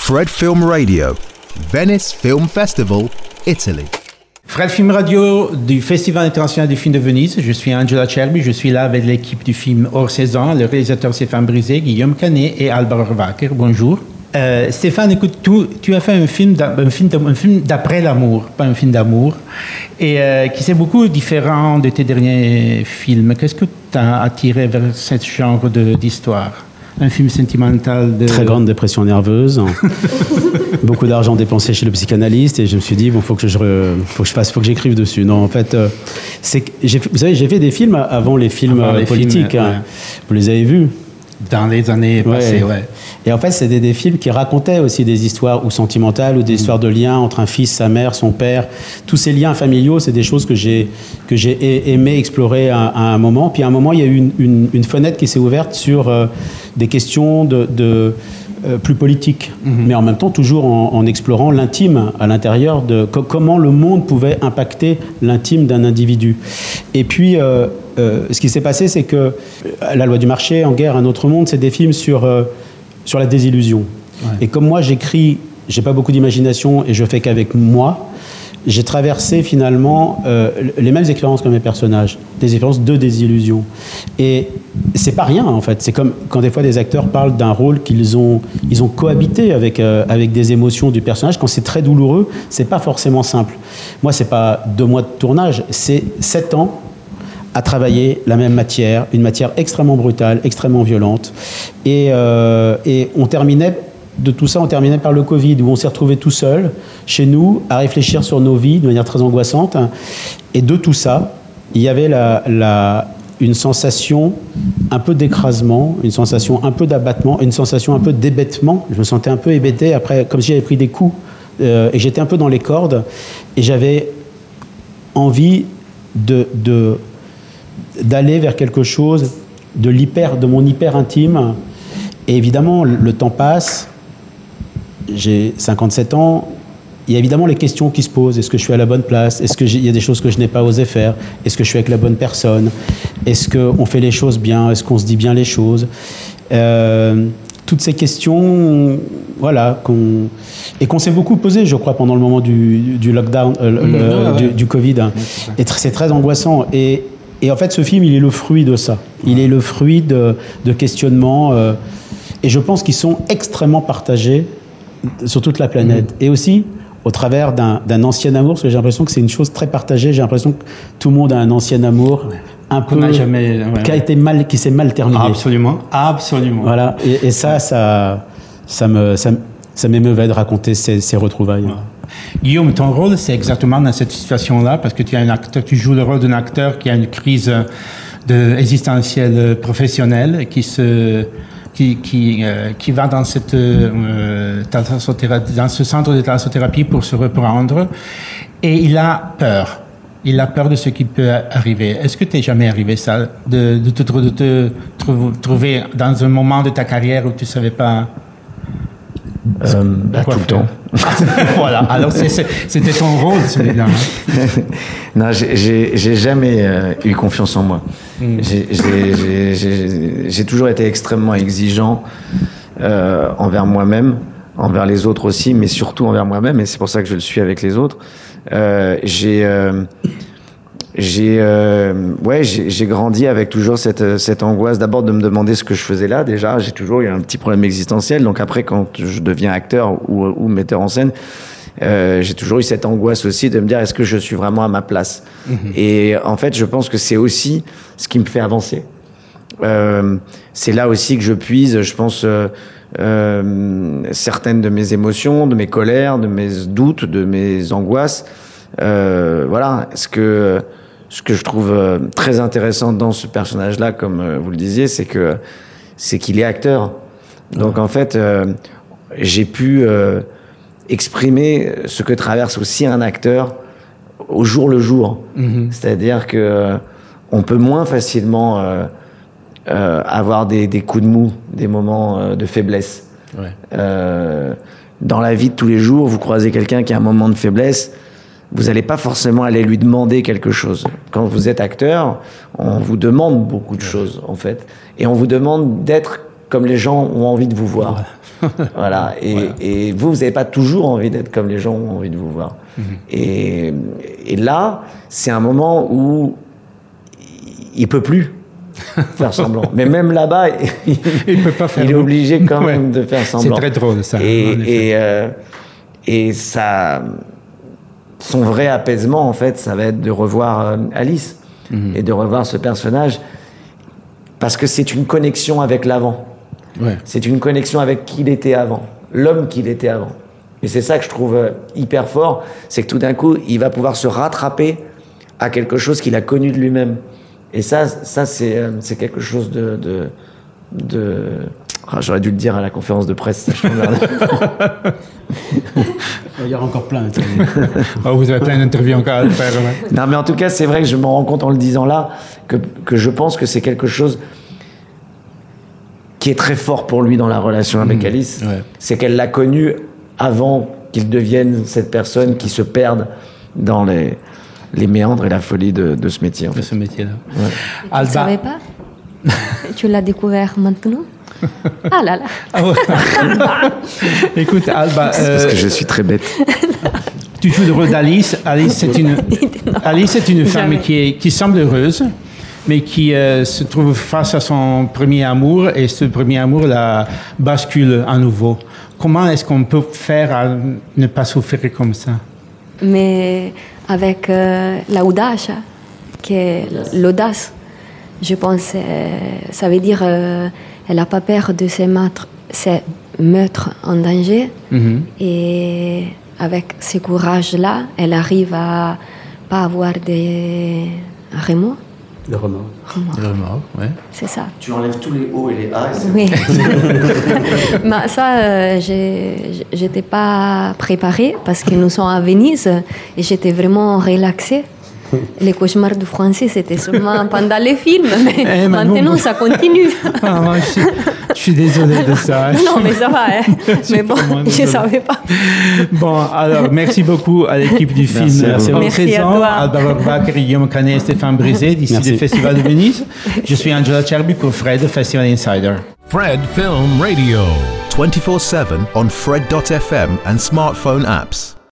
Fred Film Radio, Venice Film Festival, Italy. Fred Film Radio du Festival international du film de Venise. Je suis Angela Cerbi, je suis là avec l'équipe du film Hors Saison, le réalisateur Stéphane Brisé, Guillaume Canet et Alvaro Wacker. Bonjour. Stéphane, écoute, tu as fait un film d'après l'amour, pas un film d'amour, et qui c'est beaucoup différent de tes derniers films. Qu'est-ce que t'as attiré vers ce genre d'histoire? Un film sentimental de... Très grande dépression nerveuse, beaucoup d'argent dépensé chez le psychanalyste, et je me suis dit, bon, faut que j'écrive dessus. Non, en fait, vous savez, j'ai fait des films avant les films politiques. Films, ouais. Vous les avez vus? Dans les années passées, ouais. Et en fait, c'était des films qui racontaient aussi des histoires ou sentimentales, ou des histoires de liens entre un fils, sa mère, son père. Tous ces liens familiaux, c'est des choses que j'ai aimé explorer à un moment. Puis à un moment, il y a eu une fenêtre qui s'est ouverte sur des questions plus politiques, mais en même temps toujours en explorant l'intime à l'intérieur de comment le monde pouvait impacter l'intime d'un individu. Et puis, ce qui s'est passé, c'est que La loi du marché, En guerre, Un autre monde, c'est des films sur la désillusion. Ouais. Et comme moi, j'ai pas beaucoup d'imagination et je fais qu'avec moi, j'ai traversé finalement les mêmes expériences que mes personnages, des expériences de désillusion. Et c'est pas rien en fait. C'est comme quand des fois des acteurs parlent d'un rôle qu'ils ont cohabité avec des émotions du personnage. Quand c'est très douloureux, c'est pas forcément simple. Moi, c'est pas 2 mois de tournage, c'est 7 ans à travailler la même matière, une matière extrêmement brutale, extrêmement violente. Et on terminait par le Covid, où on s'est retrouvés tout seuls, chez nous, à réfléchir sur nos vies de manière très angoissante. Et de tout ça, il y avait une sensation un peu d'écrasement, une sensation un peu d'abattement, une sensation un peu d'hébétement. Je me sentais un peu hébété, après, comme si j'avais pris des coups, et j'étais un peu dans les cordes, et j'avais envie d'aller vers quelque chose de mon hyper intime. Et évidemment, le temps passe. J'ai 57 ans. Il y a évidemment les questions qui se posent. Est-ce que je suis à la bonne place? Est-ce qu'il y a des choses que je n'ai pas osé faire? Est-ce que je suis avec la bonne personne? Est-ce qu'on fait les choses bien? Est-ce qu'on se dit bien les choses? Toutes ces questions, voilà, qu'on s'est beaucoup posées, je crois, pendant le moment du lockdown, du Covid. Et c'est très angoissant. Et en fait, ce film, il est le fruit de ça. Il est le fruit de questionnements. Et je pense qu'ils sont extrêmement partagés sur toute la planète. Et aussi au travers d'un ancien amour, parce que j'ai l'impression que c'est une chose très partagée. J'ai l'impression que tout le monde a un ancien amour, un peu, qui s'est mal terminé. Absolument. Voilà. Et ça m'émeuvait de raconter ces retrouvailles. Ouais. Guillaume, ton rôle, c'est exactement dans cette situation-là, parce que tu joues le rôle d'un acteur qui a une crise existentielle professionnelle, qui va dans ce centre de thalassothérapie pour se reprendre, et il a peur. Il a peur de ce qui peut arriver. Est-ce que t'es jamais arrivé ça, de te trouver dans un moment de ta carrière où tu savais pas tout le temps. Voilà. Alors c'était ton rôle, celui-là. Non, j'ai jamais eu confiance en moi. J'ai toujours été extrêmement exigeant envers moi-même, envers les autres aussi, mais surtout envers moi-même. Et c'est pour ça que je le suis avec les autres. J'ai grandi avec toujours cette angoisse d'abord de me demander ce que je faisais là. Déjà, j'ai toujours eu un petit problème existentiel. Donc après, quand je deviens acteur ou metteur en scène, j'ai toujours eu cette angoisse aussi de me dire est-ce que je suis vraiment à ma place. Et en fait, je pense que c'est aussi ce qui me fait avancer. C'est là aussi que je puise, je pense, certaines de mes émotions, de mes colères, de mes doutes, de mes angoisses. Voilà, ce que je trouve très intéressant dans ce personnage-là, comme vous le disiez, c'est qu'il est acteur. Donc en fait, j'ai pu exprimer ce que traverse aussi un acteur au jour le jour. C'est-à-dire que on peut moins facilement avoir des coups de mou, des moments de faiblesse. Ouais. Dans la vie de tous les jours, vous croisez quelqu'un qui a un moment de faiblesse, vous n'allez pas forcément aller lui demander quelque chose. Quand vous êtes acteur, on vous demande beaucoup de choses, en fait. Et on vous demande d'être comme les gens ont envie de vous voir. Voilà. Et vous n'avez pas toujours envie d'être comme les gens ont envie de vous voir. Et là, c'est un moment où il peut plus faire semblant. Mais même là-bas, il peut pas faire. Il est obligé quand même de faire semblant. C'est très drôle ça. Et ça, son vrai apaisement, en fait, ça va être de revoir Alice et de revoir ce personnage, parce que c'est une connexion avec l'avant. Ouais. C'est une connexion avec qui il était avant, l'homme qu'il était avant. Et c'est ça que je trouve hyper fort, c'est que tout d'un coup, il va pouvoir se rattraper à quelque chose qu'il a connu de lui-même. Et ça c'est quelque chose de... Ah, j'aurais dû le dire à la conférence de presse, ça je m'emmerde. Il y aura encore plein. Vous avez plein d'interviews encore à faire. Ouais. Non, mais en tout cas, c'est vrai que je me rends compte en le disant là que je pense que c'est quelque chose qui est très fort pour lui dans la relation avec Alice. Ouais. C'est qu'elle l'a connu avant qu'il devienne cette personne qui se perde dans les méandres et la folie de ce métier. En fait. De ce métier-là. Ouais. Tu ne savais pas? Tu l'as découvert maintenant? Ah là là. Ah ouais. Écoute, Alba. C'est parce que je suis très bête. Tu joues le rôle d'Alice. Alice, c'est une femme qui semble heureuse, mais qui se trouve face à son premier amour, et ce premier amour la bascule à nouveau. Comment est-ce qu'on peut faire à ne pas souffrir comme ça? Mais avec l'audace, l'audace, je pense, ça veut dire elle n'a pas peur de se mettre en danger. Et avec ce courage-là, elle arrive à pas avoir des remords. Le remords. Le remords, ouais. C'est ça. Tu enlèves tous les hauts et les bas. Oui. Mais ça, j'étais pas préparée parce que nous sommes à Venise et j'étais vraiment relaxée. Les cauchemars du français, c'était seulement pendant les films, mais maintenant, ça continue. Je suis désolé de ça. Non, mais ça va. Mais bon, je ne savais pas. Bon, alors, merci beaucoup à l'équipe du film. Merci à toi. Alba Rohrwacher, Guillaume Canet et Stéphane Brisé, d'ici du Festival de Venise. Je suis Angela Cherby pour Fred, Festival Insider. Fred Film Radio. 24/7 on Fred.fm and smartphone apps.